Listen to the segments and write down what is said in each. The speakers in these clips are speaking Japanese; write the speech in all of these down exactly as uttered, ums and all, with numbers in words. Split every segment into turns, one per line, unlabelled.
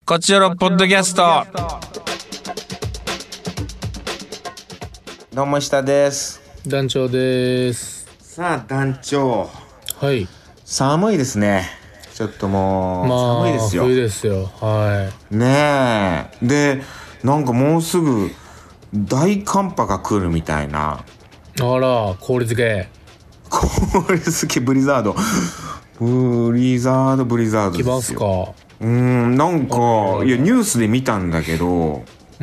こちらのポッドキャスト。
どうも石田です。
団長です。
さあ団長、
はい。
寒いですね。ちょっともう、まあ、寒いですよ。
冬ですよ。はい。
ねえ。で、なんかもうすぐ大寒波が来るみたいな。
あら、氷漬け。
氷漬けブリザード。ブリザードブリザードですよ。
来ますか。
うーん、なんかいやニュースで見たんだけど、
うん。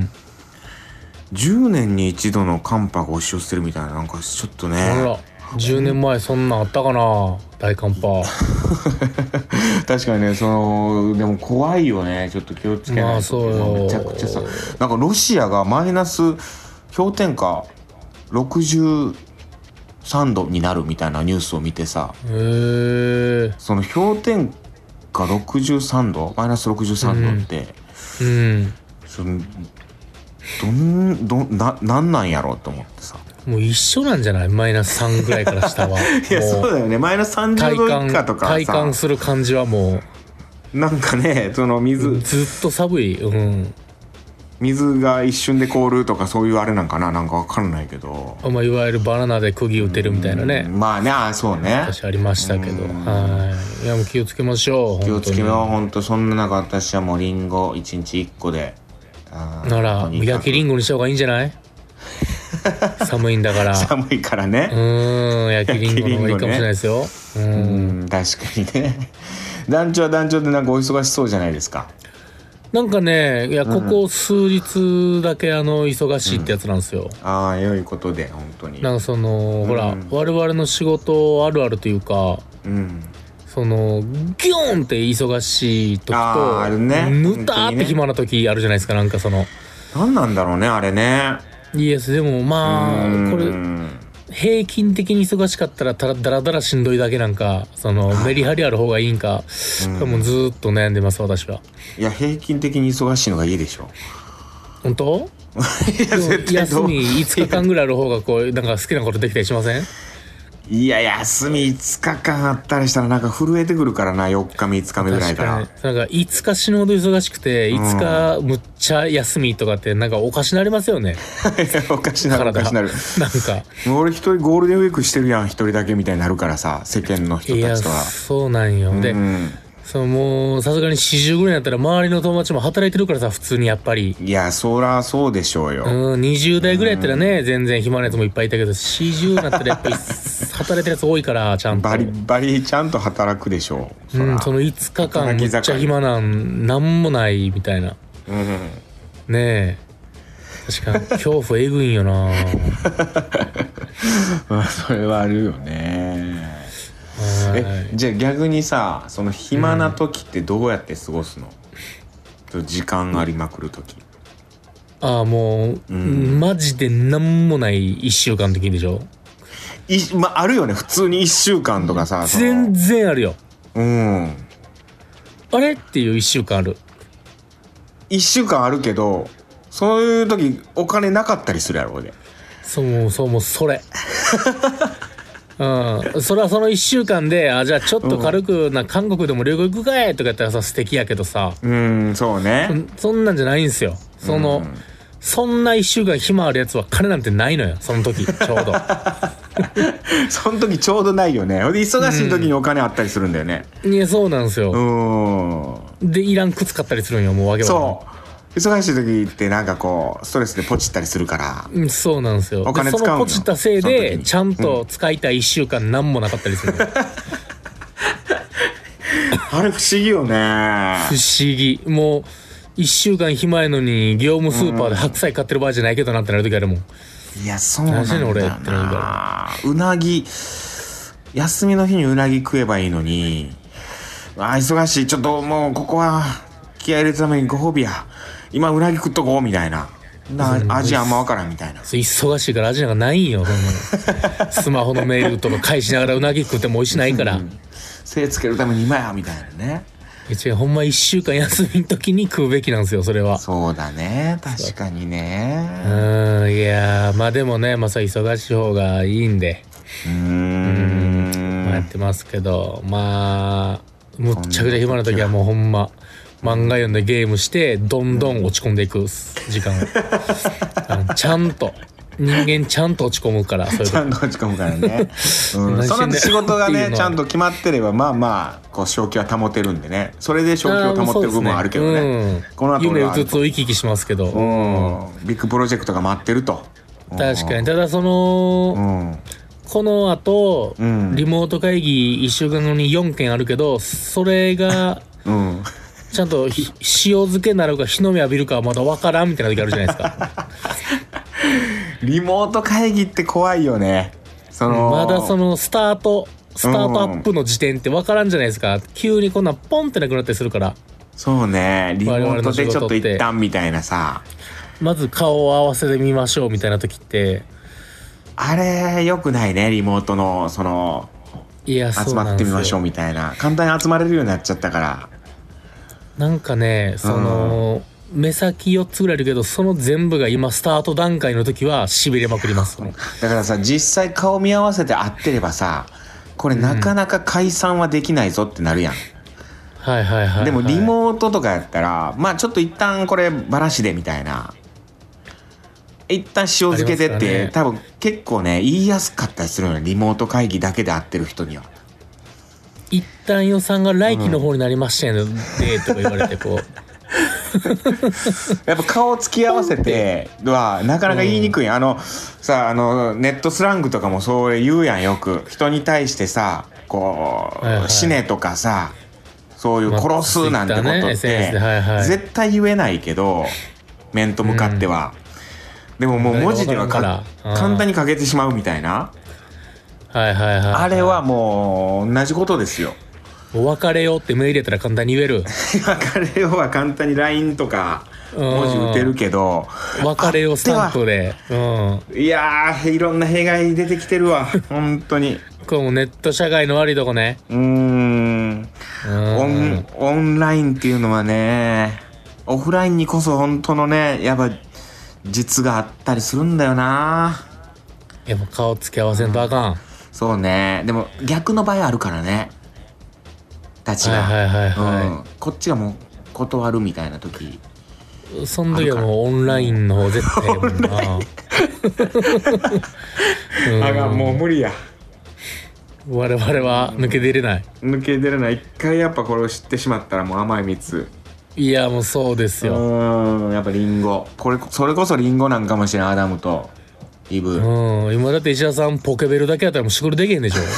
じゅうねんに一度の寒波が押し寄せるみたいな、なんかちょっとね。
あら、じゅうねんまえそんなんあったかな、大寒波。
確かにね、そのでも怖いよね。ちょっと気をつけないと。
まあそうよ。
めちゃくちゃさ、なんかロシアがマイナス氷点下ろくじゅうさんどになるみたいなニュースを見てさ、
へー。
その氷点下ろくじゅうさんど、マイナスろくじゅうさんどって、
うん、うん、
そのどんどんななんなんやろうと思ってさ。
もう一緒なんじゃない？マイナスさんぐらいから下は。
いやそうだよね。マイナスさんじゅうど以下とかさ、
体感する感じはも
うなんかね、その水
ずっと寒い。うん。
水が一瞬で凍るとかそういうあれなんかな、なんかわかんないけど、
まあ、いわゆるバナナで釘打てるみたいなね。
まあね、あそうね、
私ありましたけど、はい。いやもう気をつけましょう。
気をつけよう。本当そんな中私はもうリンゴいちにちいっこで、
あら焼きリンゴにした方がいいんじゃない？寒いんだから。
寒いからね。
うん、焼きリンゴの方がいいかもしれないですよ。
うん、確かにね。団長は団長でなんかお忙しそうじゃないですか。
なんかね、いやここ数日だけあの忙しいってやつなんですよ。
うん、ああ、良いことで本当に。
なんかその、うん、ほら我々の仕事あるあるというか、うん、そのギョーンって忙しい時と、
あるね、
ぬたーって暇な時あるじゃないですか。なんかその
何なんだろうねあれね。
イエスでもまあこれ平均的に忙しかったらたらだらだらしんどいだけなんか、そのメリハリある方がいいんか、うん、もうずーっと悩んでます私は。
いや平均的に忙しいのがいいでしょ。
本当？いや絶対休みいつかかんぐらいある方がこうなんか好きなことできたりしません？
いや休みいつかかんあったりしたらなんか震えてくるからな。よっかめいつかめぐらいから。
確かになんかいつか死ぬほど忙しくて、いつかむっちゃ休みとかってなんかおかしなりますよね。
おかしなるおかしなる。
なんか
俺一人ゴールデンウィークしてるやん一人だけみたいになるからさ、世間の人たちとは。いや
そうなんよ。で、うん、そうもうさすがによんじゅうぐらいになったら周りの友達も働いてるからさ、普通にやっぱり。い
やそらそうでしょうよ。
うん、にじゅう代ぐらいやったらね、うん、全然暇なやつもいっぱいいたけど、よんじゅうになったらやっぱり働いてるやつ多いからちゃんと
バリバリちゃんと働くでしょう。 そ,
うん、そのいつかかんむっちゃ暇なんなんもないみたいな、うん、ねえ確かに恐怖えぐいんよな。
まあそれはあるよね。えじゃあ逆にさ、その暇な時ってどうやって過ごすの？うん、時間ありまくる時。
ああもう、うん、マジでなんもないいっしゅうかんの時でしょ。
い、まあ、あるよね普通にいっしゅうかんとかさ。
全然あるよ。
うん
あれっていういっしゅうかんある。
いっしゅうかんあるけどそういう時お金なかったりするやろ俺。
そうそうもうそれうん、それはそのいっしゅうかんで、あじゃあちょっと軽くな、うん、韓国でも旅行行くかいとかやったらさ素敵やけどさ、
うんそうね
そ, そんなんじゃないんですよ。その、うん、そんないっしゅうかん暇あるやつは金なんてないのよその時ちょうど。
その時ちょうどないよね。忙しい時にお金あったりするんだよね。
うん、いやそうなんですよ。
うん
でいらん靴買ったりするんよもうわけわかんない。
そう忙しい時ってなんかこうストレスでポチったりするから、
うん、そうなんですよ。お金使うの。そのポチったせいでちゃんと使いたいいっしゅうかん何もなかったりする、うん、
あれ不思議よね。
不思議。もういっしゅうかん暇やのに業務スーパーで白菜買ってる場合じゃないけどなってなる時あるもん。
いやそうなんだよな。
俺ってなるから。
うなぎ休みの日にうなぎ食えばいいのに、あ忙しいちょっともうここは気合い入れるためにご褒美や今うなぎ食っとこうみたいな、な味あんま分からんみたいな。
忙しいから味なんかないんよそんなスマホのメールとか返しながらうなぎ食っても美味しないから、うん、
精つけるために今やみたいなね。
違うほんまいっしゅうかん休みの時に食うべきなんですよそれは。
そうだね確かにね。
うんいやまあでもねまあそれ忙しい方がいいんでうーんまあやってますけど、まあむっちゃくちゃ暇な時はもうほんま漫画読んでゲームしてどんどん落ち込んでいく時間をあのちゃんと人間ちゃんと落ち込むからそういう
ちゃんと落ち込むからね、うん、その仕事がねちゃんと決まってればまあまあこう正気は保てるんでね、それで正気を保ってる部分はあるけどね、
ね、うん、
この後
夢うつつを行き来しますけど、
うん、ビッグプロジェクトが待ってると。
確かに。ただその、うん、この後、うん、リモート会議いっしゅうかんごによんけんあるけどそれが、うん、ちゃんと塩漬けになるか日の目浴びるかはまだ分からんみたいな時あるじゃないですか
リモート会議って怖いよね。その
まだそのスタートスタートアップの時点って分からんじゃないですか、うん、急にこんなポンってなくなったりするから。
そうね、リモートでちょっと一旦みたいなさ、
まず顔を合わせてみましょうみたいな時って
あれ良くないね。リモートのその
いや
集まってみましょうみたいな簡単に集まれるようになっちゃったから、
なんかねその、うん、目先よっつぐらいいるけどその全部が今スタート段階の時はしびれまくりますもん。
だからさ実際顔見合わせて会ってればさこれなかなか解散はできないぞってなるやん、うん、
はいはいはい、はい、
でもリモートとかやったらまあちょっと一旦これバラしでみたいな一旦塩漬けでって、ね、多分結構ね言いやすかったりするのよリモート会議だけで会ってる人には。
一旦予算が来期の方になりましたよね、うん、とか言われてこう
やっぱ顔つき合わせてはなかなか言いにくい、うん、あのさあのネットスラングとかもそう言うやんよく。人に対してさこう、はいはい、死ねとかさそういう殺すなんてことって、まあねはいはい、絶対言えないけど面と向かっては、うん、でももう文字ではか簡単に書けてしまうみたいな、
はいはいはいはい、
あれはもう同じことですよ。
お別れよってメールやったら簡単に言える
別れよは簡単に ライン とか文字打てるけど
別れよスタンプで、うん、
いやーいろんな弊害出てきてるわ本当に
これもネット社会の悪いとこね。
うーんオン、オンラインっていうのはねオフラインにこそ本当のねやっぱ実があったりするんだよな。
いやもう顔つき合わせんとあかん、うん、
そうね。でも逆の場合あるからね立場、はいはいはいはい、うん、こっちがもう断るみたいな時
その時はもうオンラインの方絶対やもんな
あがもう無理や。
我々は抜け出れない、
うん、抜け出れない。一回やっぱこれを知ってしまったらもう甘い蜜。
いやもうそうですよ。
うんやっぱリンゴこれそれこそリンゴなんかもしれないアダムとイブ。
うん今だって石田さんポケベルだけやったらもう仕事できへんでしょ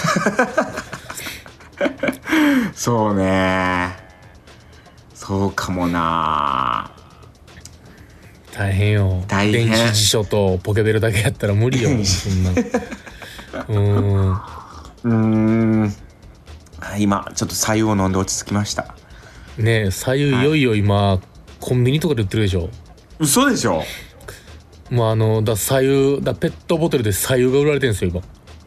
そうねそうかもな。
大変よ。
大変。
電子辞書とポケベルだけやったら無理よそんなうん
うーん今ちょっと白湯を飲んで落ち着きました
ねえ。白湯いよいよ今、はい、コンビニとかで売ってるでしょ。
嘘でしょ。
もうあのだ白湯だペットボトルで白湯が売られてるんですよ今。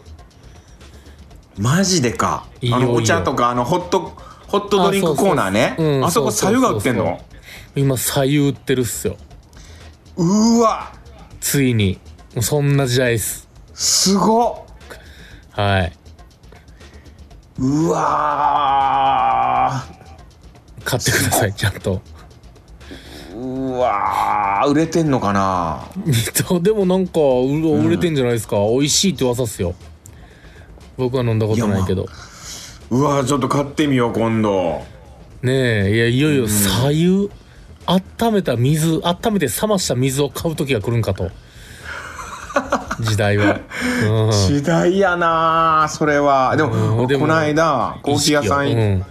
マジでか。いいよいいよ。あのお茶とかあのホットホットドリンクコーナーね。 あ, そうそう、うん、あそこ白湯が売ってんの。
今白湯売ってるっすよ。
うわ
ついにもうそんな時代です。
すごっ。
はい。
うわ
買ってくださいちゃんと。
うわ売れてんのかな
でもなんか売れてんじゃないですか、うん、美味しいって噂っすよ。僕は飲んだことないけど。
ま、うわちょっと買ってみよう今度。
ねえいやいよいよ白湯、うん、温めた水温めて冷ました水を買う時が来るんかと時代は、うん、
時代やなそれは。でも、うん、でもこの間コーヒー屋さん行って、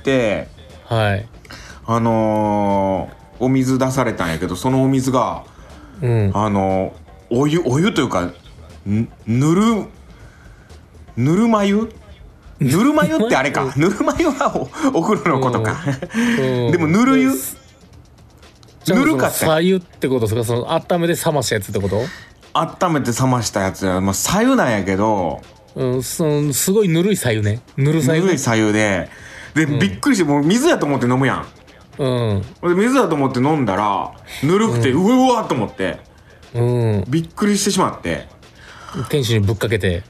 うん、はい
あのー、お水出されたんやけどそのお水が、うん、あのー、お湯お湯というかぬるぬるま湯ぬるま湯ってあれかぬるま湯は お, お風呂のことか、うん、でもぬる湯ぬるかった。
白湯ってことですか。その温めて冷ましたやつってこと。
温めて冷ましたやつは、まあ、白湯なんやけど、
うん、そのすごいぬるい白湯ね。ぬる白湯、ね、
ぬるい白湯でで、うん、びっくりしてもう水やと思って飲むやん、うん、で水だと思って飲んだらぬるくて、うん、うわーと思って、うん、びっくりしてしまって
店主にぶっかけて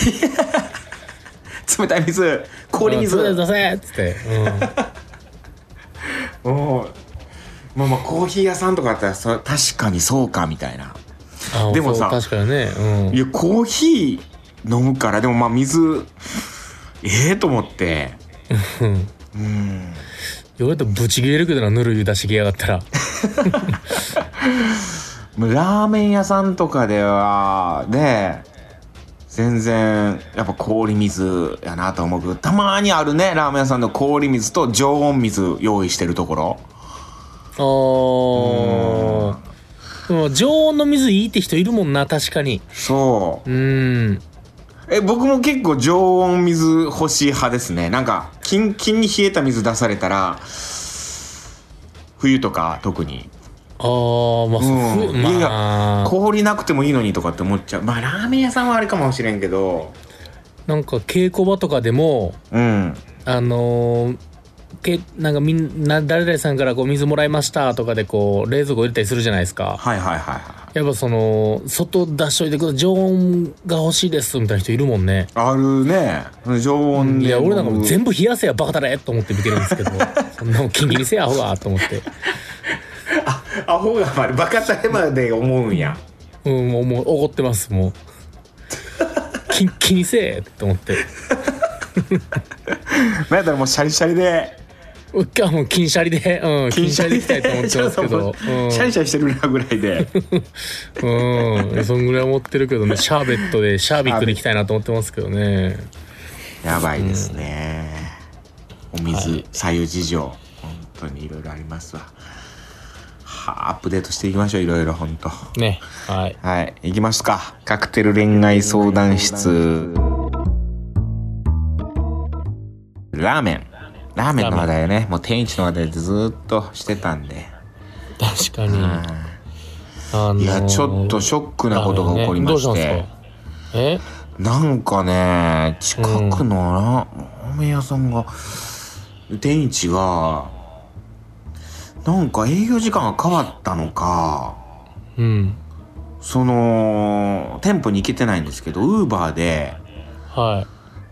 冷たい水氷水
出せっつって、
うん、もうまあまあコーヒー屋さんとかだったらそ確かにそうかみたいな。
あ
でもさ
確かにね、うん、
いやコーヒー飲むからでもまあ水ええー、と思って
うんよかったブチ切れるけどな、ぬるい出してきやがったら
ラーメン屋さんとかではで全然やっぱ氷水やなと思うけど、たまにあるねラーメン屋さんの氷水と常温水用意してるところ。
ああでも常温の水いいって人いるもんな、確かに。
そう
うん
え僕も結構常温水欲しい派ですね。なんかキンキンに冷えた水出されたら冬とか特に
ああまあ、うん、
まあ、いや氷なくてもいいのにとかって思っちゃう。まあラーメン屋さんはあれかもしれんけど、
なんか稽古場とかでも、
うん、
あのー、けなんかみんな誰々さんからこう水もらいましたとかでこう冷蔵庫入れたりするじゃないですか。
はいはいはいはい。
やっぱその外出しといてください、常温が欲しいですみたいな人いるもんね。
あるね常温で。
いや俺なんかもう全部冷やせやバカだれと思って見てるんですけどそんなもんキンキンにせやアホがと思って
あアホがまでバカたれまで思うんや。
うんもうもう怒ってますもうキンキンにせえと思って
なんやったらもうシャリシャリで
うっかもう金シャリで、うん、金シャリでいきたいと思ってますけど、うん、
シャリシャリしてるなぐらいで
うんそんぐらい思ってるけどね、シャーベットでシャービックでいきたいなと思ってますけどね。
やばいですね、うん、お水、はい、左右事情本当にいろいろありますわ。はあ、アップデートしていきましょう、いろいろ本当
ね。はい
はい行きますか。カクテル恋愛相談室。ラーメンラーメンの話題ね、もう天一の話題でずっとしてたんで。
確かに、あ
のー、いやちょっとショックなことが起こりまして、ね、
え
なんかね近くのラーメン屋さんが、天一がなんか営業時間が変わったのか、
うん、そ
の店舗に行けてないんですけどウーバーで、
はい、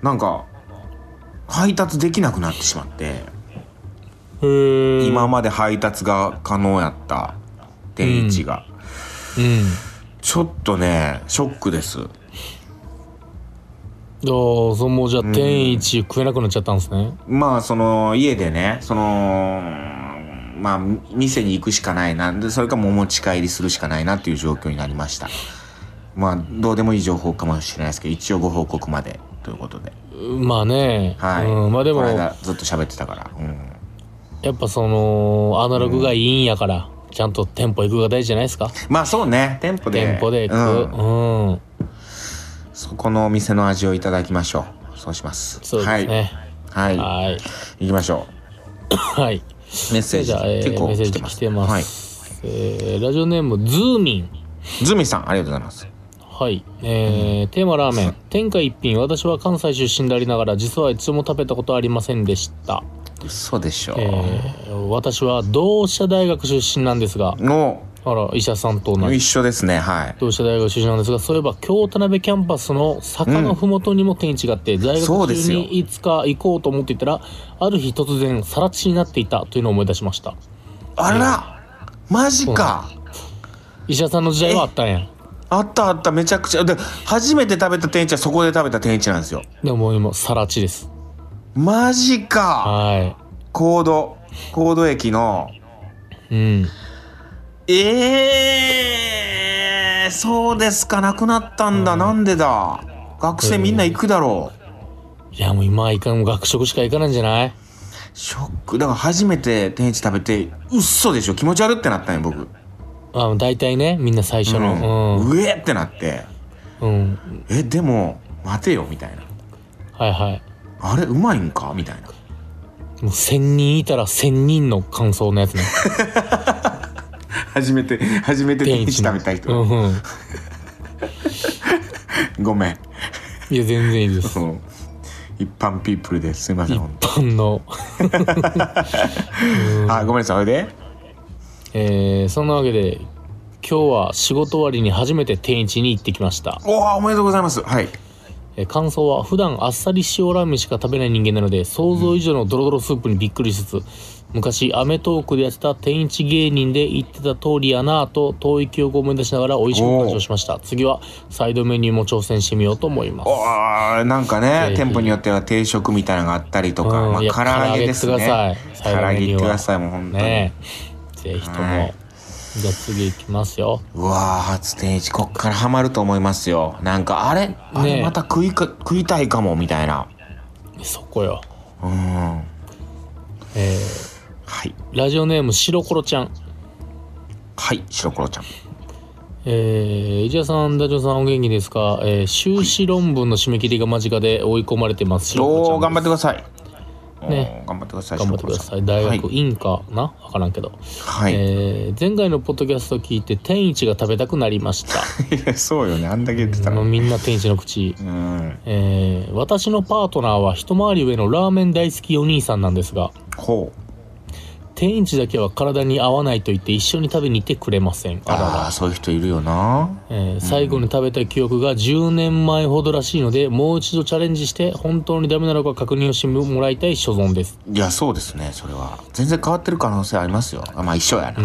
なんか配達できなくなってしまって、
へ
今まで配達が可能やった天一が、
うんうん、
ちょっとねショックです。
あそもうじゃあ天一食えなくなっちゃったんですね、
うん、まあその家でねそのまあ店に行くしかないなで、それかもお持ち帰りするしかないなっていう状況になりました。まあどうでもいい情報かもしれないですけど一応ご報告までということで。
まあね、
はい、
うん、まあでも
この間ずっと喋ってたから、うん、
やっぱそのアナログがいいんやから、うん、ちゃんと店舗行くが大事じゃないですか。
まあそうね店舗で
店舗で行く、うんうん、
そこのお店の味をいただきましょう。そうします。
そうですね。
はい。はい。はい行きましょ
う。はい。
メッセージ、
えー、結構来てます。来てます。はい。えー、ラジオネームズーミン。
ズーミンさんありがとうございます。
はい、えー、テーマラーメン天下一品。私は関西出身でありながら実は一度も食べたことありませんでした。
嘘でしょ、
えー、私は同志社大学出身なんですが、
の
あら医者さんと同じ
一緒ですね。はい。
同志社大学出身なんですが、そういえば京田辺キャンパスの坂のふもとにも天一があって、うん、在学中にいつか行こうと思っていたらある日突然更地になっていたというのを思い出しました。
あら、えー、マジか。
医者さんの時代はあったんや。
あったあった、めちゃくちゃ。で初めて食べた天一はそこで食べた天一なんですよ。
でも今更地です。
マジか。
はい。
高度高度駅の
うん
えーそうですか、なくなったんだ、うん、なんでだ。学生みんな行くだろ
う、えー、いやもう今は行かん、もう学食しか行かないんじゃない。
ショックだから初めて天一食べて嘘でしょ気持ち悪ってなったんよ僕。
あ大体ねみんな最初の、
うんうん、うえってなって、
うん、
えでも待てよみたいな、
はいはい、
あれうまいんかみたいな。
もうせんにんいたらせんにんの感想のやつね
初めて初めて天一食べた人、うんうん、ごめん。
いや全然いいです、
うん、一般ピープルですいません。
一般の、
うん、あごめんなさい。おいで
えー、そんなわけで今日は仕事終わりに初めて天一に行ってきました。
おーおめでとうございます。はい。
えー、感想は普段あっさり塩ラーメンしか食べない人間なので想像以上のドロドロスープにびっくりしつつ、 昔アメトークでやってた天一芸人で言ってた通りやなぁと遠い記憶を思い出しながら美味しく感謝しました。次はサイドメニューも挑戦してみようと思います。
おー、なんかね店舗によっては定食みたいなのがあったりとか、うん、まあ、唐揚げですね。唐揚げいってください。もう本当にね、
ぜひとも、はい、じゃあ次いきますよ。
うわー、初天一こっからハマると思いますよ。なんかあれあれ、ね、また食いか食いたいかもみたいな。
そこよ。
うん。
えーはい、ラジオネーム白コロちゃん。
はい、白コロちゃん。
えー、伊沢さん、ダジョさんお元気ですか？えー、修士論文の締め切りが間近で追い込まれてます。
はい、おー、頑張ってください。
ね、
頑張ってください。
頑張ってください。大学院かな、はい、分からんけど、
はい、
えー、前回のポッドキャスト聞いて天一が食べたくなりました。
いやそうよね、あんだけ言ってたの、
うん、みんな天一の口、
うん、
えー、私のパートナーは一回り上のラーメン大好きお兄さんなんですが、
ほう、
天一だけは体に合わないと言って一緒に食べに行ってくれません。
あらら、あ、そういう人いるよな、
えー、最後に食べた記憶がじゅうねんまえほどらしいので、もう一度チャレンジして本当にダメなのか確認をしてもらいたい所存です。
いやそうですね、それは全然変わってる可能性ありますよ。あ、まあ一緒やな、うん、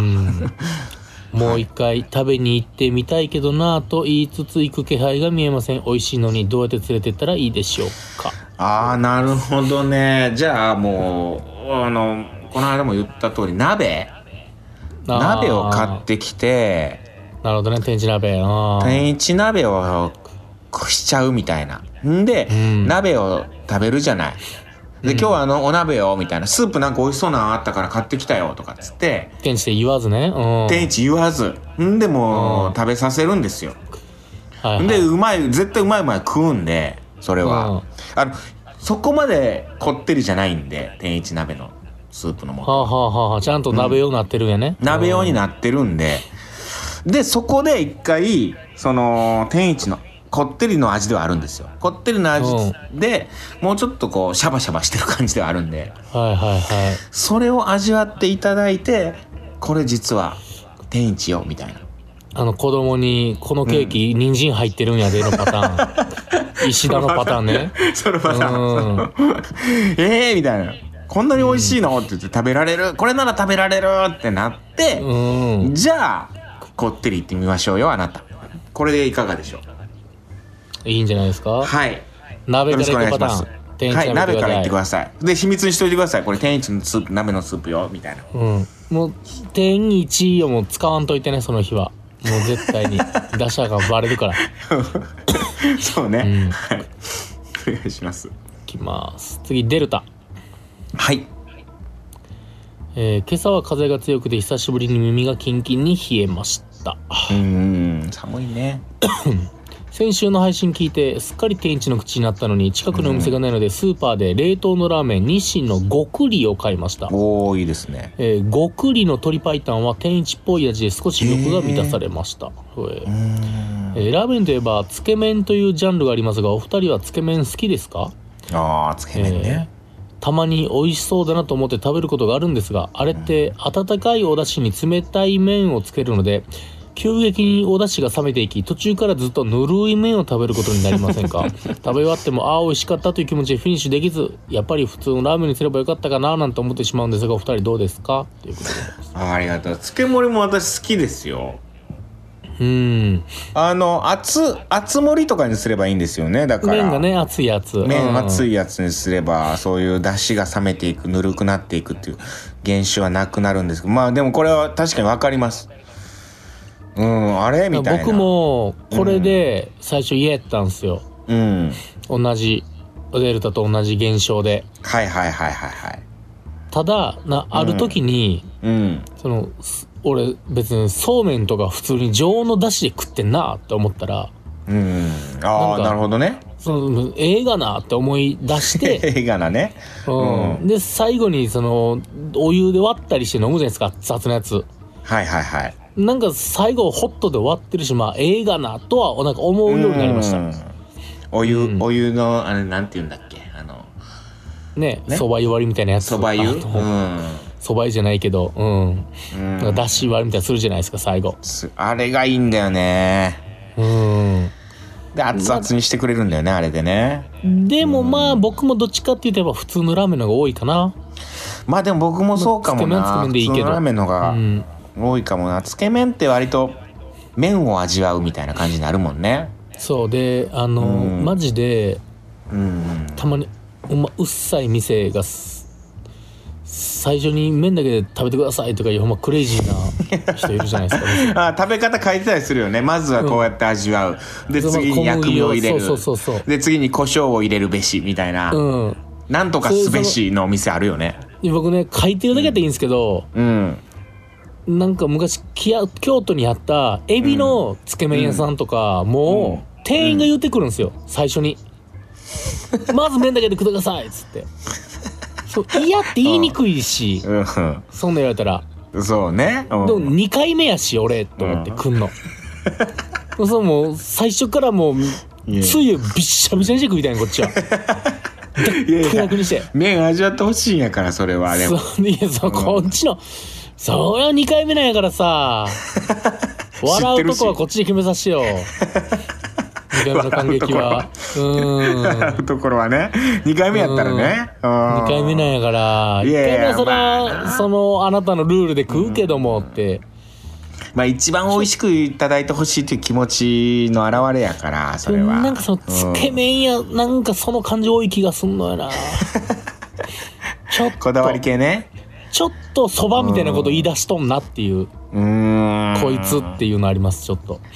もう一回食べに行ってみたいけどなぁと言いつつ行く気配が見えません。美味しいのにどうやって連れてったらいいでしょうか。
ああ、なるほどね。じゃあもうあのこの間も言った通り鍋鍋を買ってきて、
なるほどね、天一鍋、あ
天一鍋をしちゃうみたいな。んで、うん、鍋を食べるじゃない。で、今日はあのお鍋よみたいな、スープなんか美味しそうなのあったから買ってきたよとかっつって
天一で言わずね、うん、
天一言わずんでもう食べさせるんですよ、はいはい、でうまい、絶対うまいうまい食うんで、それは、うん、あのそこまでこってりじゃないんで、天一鍋のスープの素、
はあはあはあ、ちゃんと鍋用になってるんやね、
うん、鍋用になってるんで、でそこで一回その天一のこってりの味ではあるんですよ。こってりの味で、うん、もうちょっとこうシャバシャバしてる感じではあるんで、
はいはいはい、
それを味わっていただいて、これ実は天一よみたいな、
あの子供にこのケーキ、うん、人参入ってるんやでのパターン石田のパターンね
そのパターン、うん、えーみたいな、こんなに美味しいの、うん、って言って食べられる、これなら食べられるってなって、うん、じゃあこってりいってみましょうよあなた。これでいかがでしょう。
いいんじゃないですか。
はい、
鍋からいくパターン、天一
はい、鍋からいってください。で秘密にしといてください。これ天一のスープ、鍋のスープよみたいな、
うん、もう天一をもう使わんといてね、その日はもう絶対に出したがバレるから
そうね、うん、はい、お願いします。い
きます。次デルタ。
はい、
えー、今朝は風が強くて久しぶりに耳がキンキンに冷えました。
うーん、寒いね
先週の配信聞いてすっかり天一の口になったのに、近くのお店がないのでスーパーで冷凍のラーメン日清の極利を買いました。
おー、いいですね。
えー、極利の鶏白湯は天一っぽい味で少し欲が満たされました。えーえー、ラーメンといえばつけ麺というジャンルがありますが、お二人はつけ麺好きですか？
あー、つけ麺ね、
えー、たまに美味しそうだなと思って食べることがあるんですが、あれって温かいお出汁に冷たい麺をつけるので急激にお出汁が冷めていき、途中からずっとぬるい麺を食べることになりませんか？食べ終わってもああ美味しかったという気持ちでフィニッシュできず、やっぱり普通のラーメンにすればよかったかななんて思ってしまうんですが、お二人どうですか？ということでございます。
あ, ありがとう。漬物も私好きですよ。
うん、
あの熱熱盛りとかにすればいいんですよね。だから
麺がね、熱いやつ、
麺、うん、熱いやつにすればそういう出汁が冷めていく、ぬるくなっていくっていう現象はなくなるんですけど、まあでもこれは確かに分かります。うん、あれみたいな。
僕もこれで最初言えたんですよ、
うん、
同じデルタと同じ現象で。
はいはいはいはいはい。
ただな、ある時に、
うんうん、そ
の俺別にそうめんとか普通に常温の出汁で食ってんなって思ったら、
うん、ああなるほどね。
その映画なって思い出して
映画なね、
うんうん、で最後にそのお湯で割ったりして飲むじゃないですか、熱々のやつ。
はいはいはい。
なんか最後ホットで終わってるし、まあ映画なとはなんか思うようになりました。
お湯、うん、お湯のあれなんて言うんだっけ、あの
ね、そば湯割りみたいなやつ。
そば湯、
そば湯じゃないけど、うん、うん、なんかだし割りみたいなするじゃないですか最後。
あれがいいんだよね。
うん。
で熱々にしてくれるんだよね、あれでね。
でもまあ、うん、僕もどっちかって言えば普通のラーメンの方が多いかな。
まあでも僕もそうかもな。
つけ麺つけ麺でいいけど
普通のラーメンの方が多いかもな、うん、つけ麺って割と麺を味わうみたいな感じになるもんね。
そうであの、うん、マジで、
うん、
たまにおまうっさい店が最初に麺だけで食べてくださいとかいうほんまクレイジーな人いるじゃないですか。
あ食べ方変えてたりするよね。まずはこうやって味わう、うん、で次に薬味を入れる、
そうそうそうそう、
で次に胡椒を入れるべしみたいな、うん、なんとかすべしのお店あるよね。
僕ね書いてるだけでいいんですけど、
うん
うん、なんか昔京都にあったエビのつけ麺屋さんとか、うん、もう店員が言ってくるんですよ、うん、最初にまず麺だけでくださいっつってそう嫌って言いにくいし、うん、そんな言われたら
そうね、
うん、でもにかいめやし俺と思ってくんの、うん、そうもう最初からもうつゆびっしゃびしゃにして食いたいのこっちは。
いやいやにして麺味わってほしいんやから。それはでも
そういやそう、うん、こっちのそれはにかいめなんやからさ笑うとこはこっちで決めさせてよ。にかいめの感激はうん
笑うところはねにかいめやったらね、
うん、にかいめなんやからいっかいめはそれは、まあ、そのあなたのルールで食うけどもって、うん、
まあ一番美味しくいただいてほしいという気持ちの表れやから。それは
なんかそのつけ麺や、うん、なんかその感じ多い気がすんのよな。ちょっと
こだわり系ね。
ちょっとそばみたいなこと言い出しとんなっていう、
うーん
こいつっていうのあります。ちょっと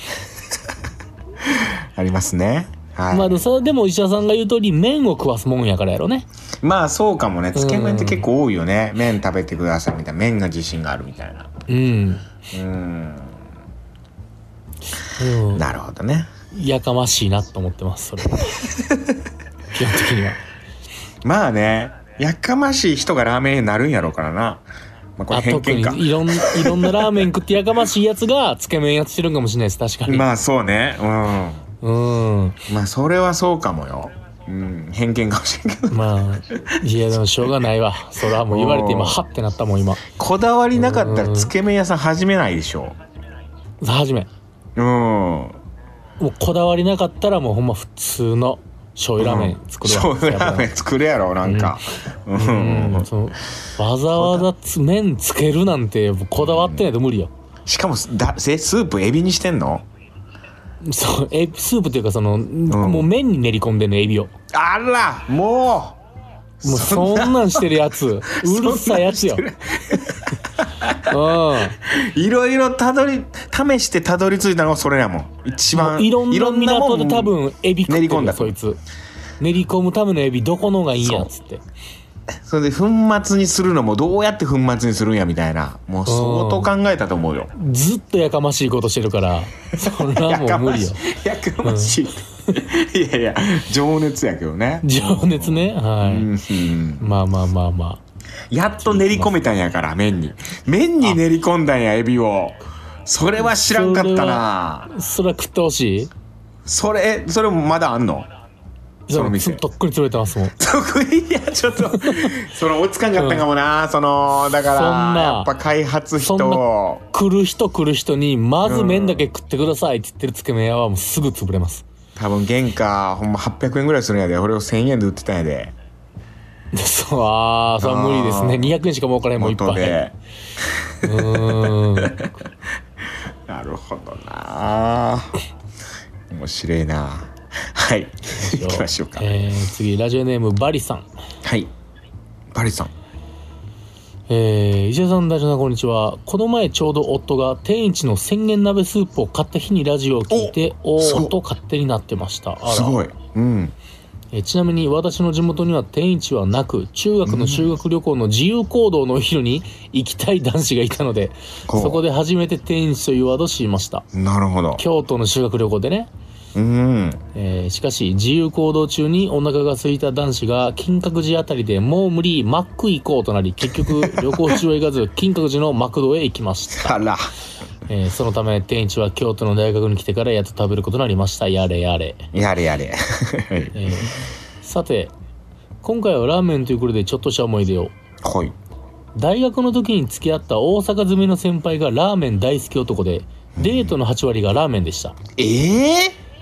ありますね、はい。
まあそれでも石田さんが言う通り麺を食わすもんやからやろね。
まあそうかもね。つけ麺って結構多いよね。麺食べてくださいみたいな、麺が自信があるみたいな。
うん
うん
うん
なるほどね。
やかましいなと思ってますそれは基本的には。
まあね、やかましい人がラーメンになるんやろうからな。まあ、これ偏見か。
特にいろんいろんなラーメン食ってやかましいやつがつけ麺やってるんかもしれないです。確かに。
まあそうね。うん。うん。まあそれはそうかもよ。うん。偏見かもしれんけど。
まあいやでもしょうがないわ。それはもう言われて今ハッてなったもん今。
こだわりなかったらつけ麺屋さん始めないでしょ。
始め。
うん。も
うこだわりなかったらもうほんま普通の醤油ラーメン作るわ、
うん、醤油ラーメン作るやろなんか、
うんうんうん、そのわざわざつ麺つけるなんてこだわってないと無理よ、
うん、しかもだスープエビにしてんの？
そうエスープっていうかその、うん、もう麺に練り込んでんのエビを。あ
らも
うもうそんなんしてるやつうるさいやつよ
いろいろたどり試してたどり着いたのがそれやもん一番。
いろんな港で多分エビ食ってるよそいつ。練り込むためのエビどこのがいいんやっつって。
それで粉末にするのもどうやって粉末にするんやみたいな、もう相当考えたと思うよ。
ずっとやかましいことしてるからそれはもう無理よ。
やかましい、うん、いやいや情熱やけどね。
情熱ね、はい、うん、まあまあまあまあ
やっと練り込めたんやから麺に麺に練り込んだんやエビを。それは知らんかったな。
それは、それは食ってほしい。
それそれもまだあんの？その店
とっくに潰れてますもん。
とっくにいやちょっとその追いつかんかったかもな、うん、そのだからそんなやっぱ開発費と
来る人来る人にまず麺だけ食ってくださいって言ってるつけ麺屋はもうすぐ潰れます。
多分原価ほんまはっぴゃくえんぐらいするんやで。俺をせんえんで売ってたんやで。
そうああそれは無理ですね。にひゃくえんしか儲からへんもんいっぱいでうーん
なるほどな。面白いな。はい行きましょうか、
えー、次ラジオネームバリさん。
はいバリさん、
えー、石田さん大丈夫こんにちは。この前ちょうど夫が天一の千元鍋スープを買った日にラジオを聞いておーと勝手になってました。あら
すごい、うん
えー、ちなみに私の地元には天一はなく、中学の修学旅行の自由行動のお昼に行きたい男子がいたので、うん、そこで初めて天一というワードを知りました。
なるほど。
京都の修学旅行でね。
うん
えー、しかし自由行動中にお腹が空いた男子が金閣寺あたりでもう無理マック行こうとなり、結局旅行中は行かず金閣寺のマクドへ行きました
あら、
えー、そのため天一は京都の大学に来てからやっと食べることになりました。やれやれ
やれやれ、
えー、さて今回はラーメンということでちょっとした思い出を。
はい。
大学の時に付き合った大阪住みの先輩がラーメン大好き男で、デートのはち割がラーメンでした。
ええー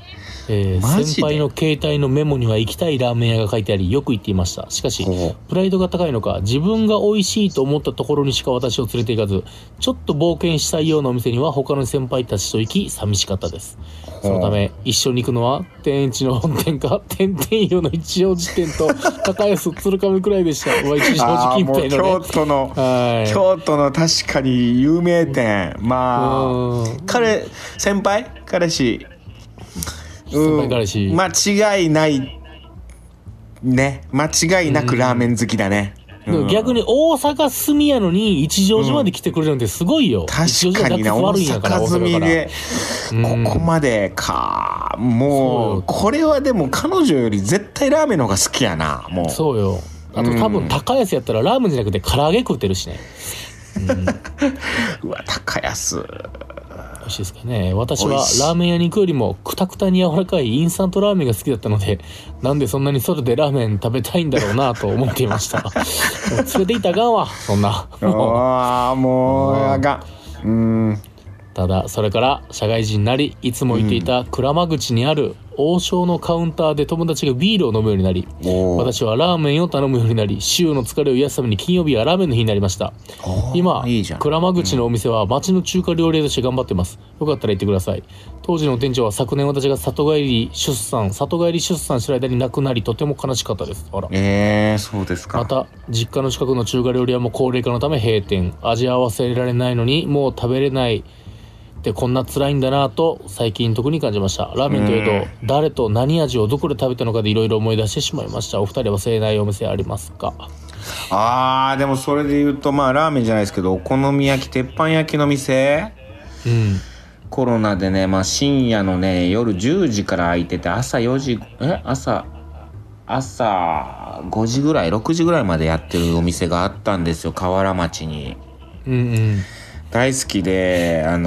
えー、先輩の携帯のメモには行きたいラーメン屋が書いてありよく行っていました。しかしプライドが高いのか自分が美味しいと思ったところにしか私を連れて行かず、ちょっと冒険したいようなお店には他の先輩たちと行き寂しかったです。そのため一緒に行くのは天一の本店か天天陽の一応寺店と高安鶴亀くらいでした。一応寺近辺のね、
京都の京都の確かに有名店。まあ彼先輩彼氏
先輩彼氏、
うん、間違いないね、間違いなくラーメン好きだね、
うん、でも逆に大阪住みやのに一乗寺まで来てくれるなんてすごいよ、うん、
確かにな、大阪住みでここまでか、うん、もうこれはでも彼女より絶対ラーメンの方が好きやな。もう
そうよ。あと多分高安やったらラーメンじゃなくて唐揚げ食ってるしね、うん、
うわ高安
美味しいですかね。私はラーメン屋に行くよりもクタクタに柔らかいインスタントラーメンが好きだったので、なんでそんなに外でラーメン食べたいんだろうなと思っていました。もう連れて行ったらあかんわそんな。
ああもうあかん。うん。
ただそれから社会人になりいつも行っていた鞍馬口にある王将のカウンターで友達がビールを飲むようになり、私はラーメンを頼むようになり、週の疲れを癒すために金曜日はラーメンの日になりました。今鞍馬口のお店は町の中華料理屋として頑張ってます。よかったら行ってください。当時の店長は昨年私が里帰り出産里帰り出産してる間に亡くなりとても悲しかったです。あら、
えー、そうですか。
また実家の近くの中華料理屋も高齢化のため閉店。味合わせられないのにもう食べれないってこんな辛いんだなと最近特に感じました。ラーメンというと誰と何味をどこで食べたのかでいろいろ思い出してしまいました。お二人は忘れないお店ありますか？
あーでもそれで言うとまあラーメンじゃないですけどお好み焼き鉄板焼きの店、うん、コロナでね、まあ、深夜のね夜じゅうじから開いてて朝よじえ朝朝ごじぐらいろくじぐらいまでやってるお店があったんですよ、河原町に。うんうん大好きで、あ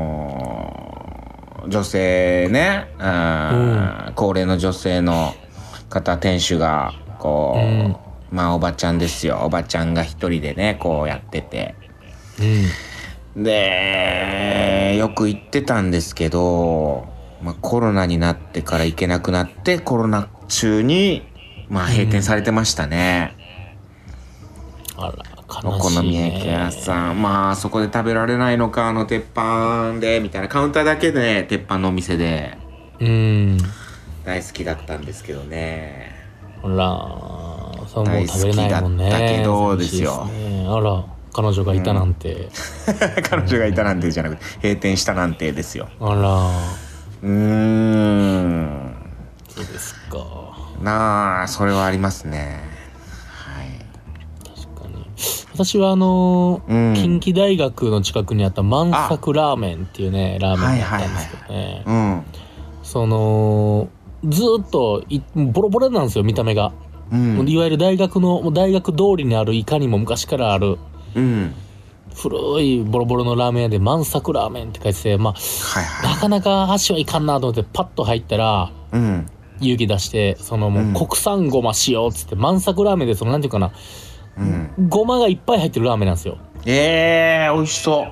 のー、女性ね、あ、うん、高齢の女性の方店主がこう、うん、まあおばちゃんですよ、おばちゃんが一人でねこうやってて、うん、でよく行ってたんですけど、まあ、コロナになってから行けなくなってコロナ中にまあ閉店されてましたね、
うん、あら
お好み焼き屋さん、まあそこで食べられないのかあの鉄板でみたいな、カウンターだけで、ね、鉄板のお店でうん大好きだったんですけどね。
あらそうもう食べれないもんね。
大好きだったけどですよ、
ね、あら彼女がいたなんて、うん、
彼女がいたなんてじゃなくて閉店したなんてですよ。
あら
うーん
そうですか
なあ、それはありますね。
私はあのーうん、近畿大学の近くにあった満作ラーメンっていうねラーメンがあったんですけどね、そのずっといボロボロなんですよ見た目が、うん、いわゆる大学の大学通りにあるいかにも昔からある、うん、古いボロボロのラーメン屋で満作ラーメンって書いてて、まあ、はいはい、なかなか足はいかんなと思ってパッと入ったら、うん、勇気出してそのもう国産ごましようっつって満作ラーメンでそのなんていうかなうん、ごまがいっぱい入ってるラーメンなんですよ。
えー、美味しそう。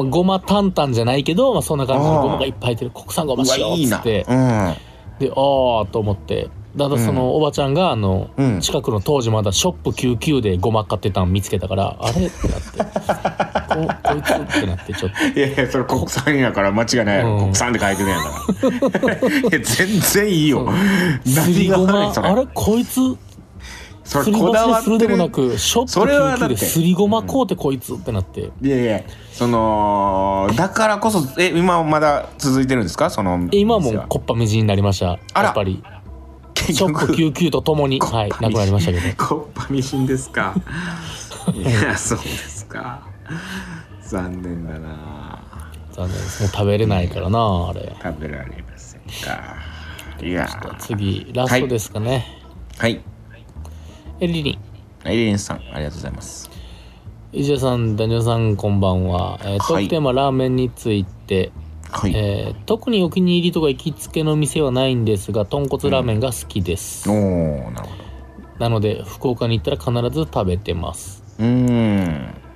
まあ、ごま担々じゃないけど、まあ、そんな感じのごまがいっぱい入ってる国産ごましようっつって、うん、であーと思って、だからそのおばちゃんがあの、うん、近くの当時まだショップきゅうじゅうきゅうでごま買ってたの見つけたから、あれってなってこ, こいつってなってちょっと
いやいやそれ国産やから間違いないやろ、うん、国産って書いてるやんからいや全然いいよ。
何が悪いそれ。あれこいつ
それこだわってる。
すりでもなくショップきゅうじゅうきゅうですりごま買うてこいつってなって、
いやいやそのだからこそえ今まだ続いてるんですかその
今はもうこっぱみじんになりました。やっぱりショップきゅうじゅうきゅうとともにはいなくなりましたけど
こっぱみじんですかいやそうですか残念だな。
残念です。もう食べれないからなあれ
食べられませんか。いや
次ラストですかね。
はい、はい
えリリン
エリリンさんありがとうございます。
石田さんダニオさんこんばんは、えー、トークテーマ、はい、ラーメンについて、はいえー、特にお気に入りとか行きつけの店はないんですが豚骨ラーメンが好きです、うん、おーなるほど。なので福岡に行ったら必ず食べてます。うーん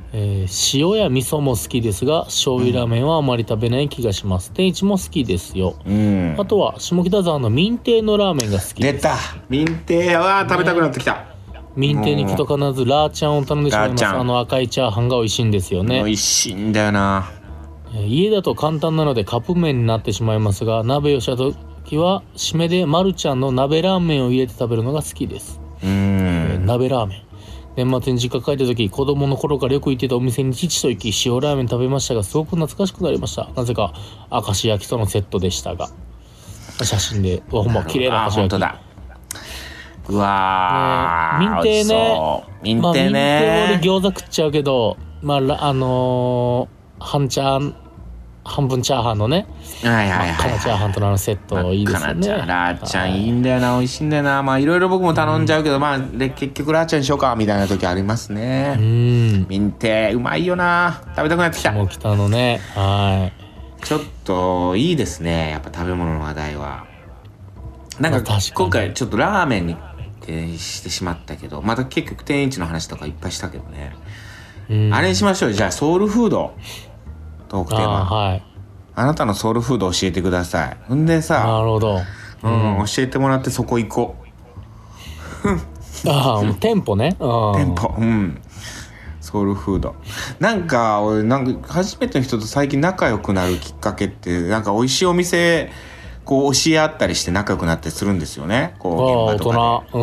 えー、塩や味噌も好きですが醤油ラーメンはあまり食べない気がします。天一も好きですよ、うん、あとは下北沢の民亭のラーメンが好きです。
出た民亭は食べたくなってきた、ね、
民亭に行くと必ずラーチャンを頼んでしまいます。あの赤いチャーハンが美味しいんですよね。
美味しいんだよな。
家だと簡単なのでカップ麺になってしまいますが鍋をした時は締めでマルちゃんの鍋ラーメンを入れて食べるのが好きです。うーん、えー、鍋ラーメン年末に実家帰った時子供の頃からよく行ってたお店に父と行き塩ラーメン食べましたがすごく懐かしくなりました。なぜか明石焼きとのセットでしたが写真でうわほんま綺麗な明石焼き。
だうわ
ー、ね、民亭ね
民亭ね、
まあ、民亭俺餃子食っちゃうけどまああのー、半チャー半分チャーハンのね、
はいはいはい、はい、
真っ赤なチャーハンとのあのセットいいですよね。
ラーちゃんいいんだよな、美味しいんだよな。まあいろいろ僕も頼んじゃうけど、うん、まあで結局ラーちゃんにしようかみたいな時ありますね。うん、民亭うまいよな、食べたくなってきた。
下北のね、はい。
ちょっといいですね、やっぱ食べ物の話題は。なんか今回ちょっとラーメンにしてしまったけど、また結局天一の話とかいっぱいしたけどね。うん、あれにしましょう。じゃあソウルフード。トークテーマ、あ、はい、あなたのソウルフード教えてください。んでさ、
なるほど、
うん、うん、教えてもらってそこ行こ
うああ店舗ね、
店舗、うん、ソウルフード。なんか俺なんか初めての人と最近仲良くなるきっかけってなんか美味しいお店こう教え合ったりして仲良くなったりするんですよね。こう現場とかで、うん、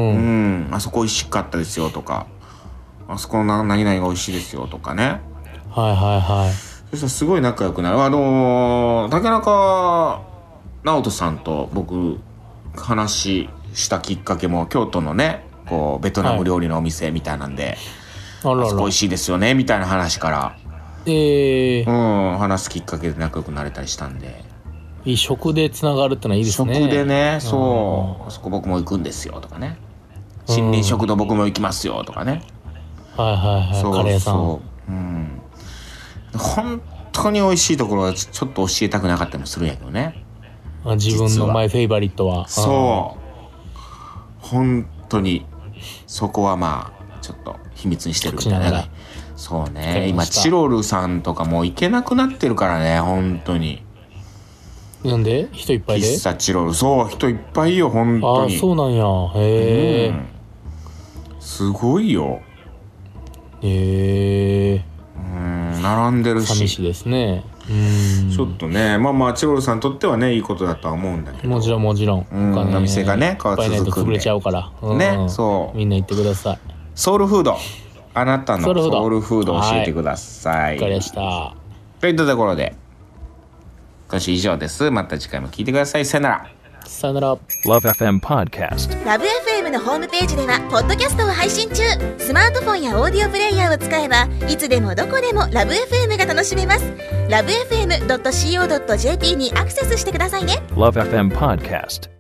うん、あそこ美味しかったですよとか、あそこの何々が美味しいですよとかね。
はいはいはい。
そしたらすごい仲良くなる。あのー、竹中直人さんと僕話したきっかけも京都のねこうベトナム料理のお店みたいなんで、はい、あららあそこ美味しいですよねみたいな話から、えーうん、話すきっかけで仲良くなれたりしたんで、
いい食でつながるってのはいいですね。
食でね、そう、あそこ僕も行くんですよとかね、新林食堂僕も行きますよとかね、
はいはいはい、そうカレーさん、そう、うん、
本当に美味しいところはちょっと教えたくなかったりもするんやけどね。
あ、自分のマイフェイバリットは
そう本当にそこはまあちょっと秘密にしてるみたいな。そうね、今チロルさんとかもう行けなくなってるからね、本当に。
なんで人いっぱいで
喫茶チロル、そう人いっぱいよ本当に。
あ、そうなんや、へえ、うん、
すごいよ、
へえ、
うん並んでるし
寂しいですね。
うんちょっとね、まあまあチロルさんにとってはねいいことだとは思うんだけど、
もちろんもちろん、
うん、お店がね変わって続くんで
潰れちゃうから、うん、
ね、そう
みんな行ってください。
ソウルフード、あなたのソウルフード教えてください。わ、はい、
かりました。
といったところで今週以上です。また次回も聞いてください。さよなら。
さよなら。
Love エフエム Podcast。
ラブ エフエム のホームページではポッドキャストを配信中。スマートフォンやオーディオプレイヤーを使えばいつでもどこでもラブ エフエム が楽しめます。ラブ エフエムドットシーオードットジェーピー にアクセスしてくださいね。
Love エフエム Podcast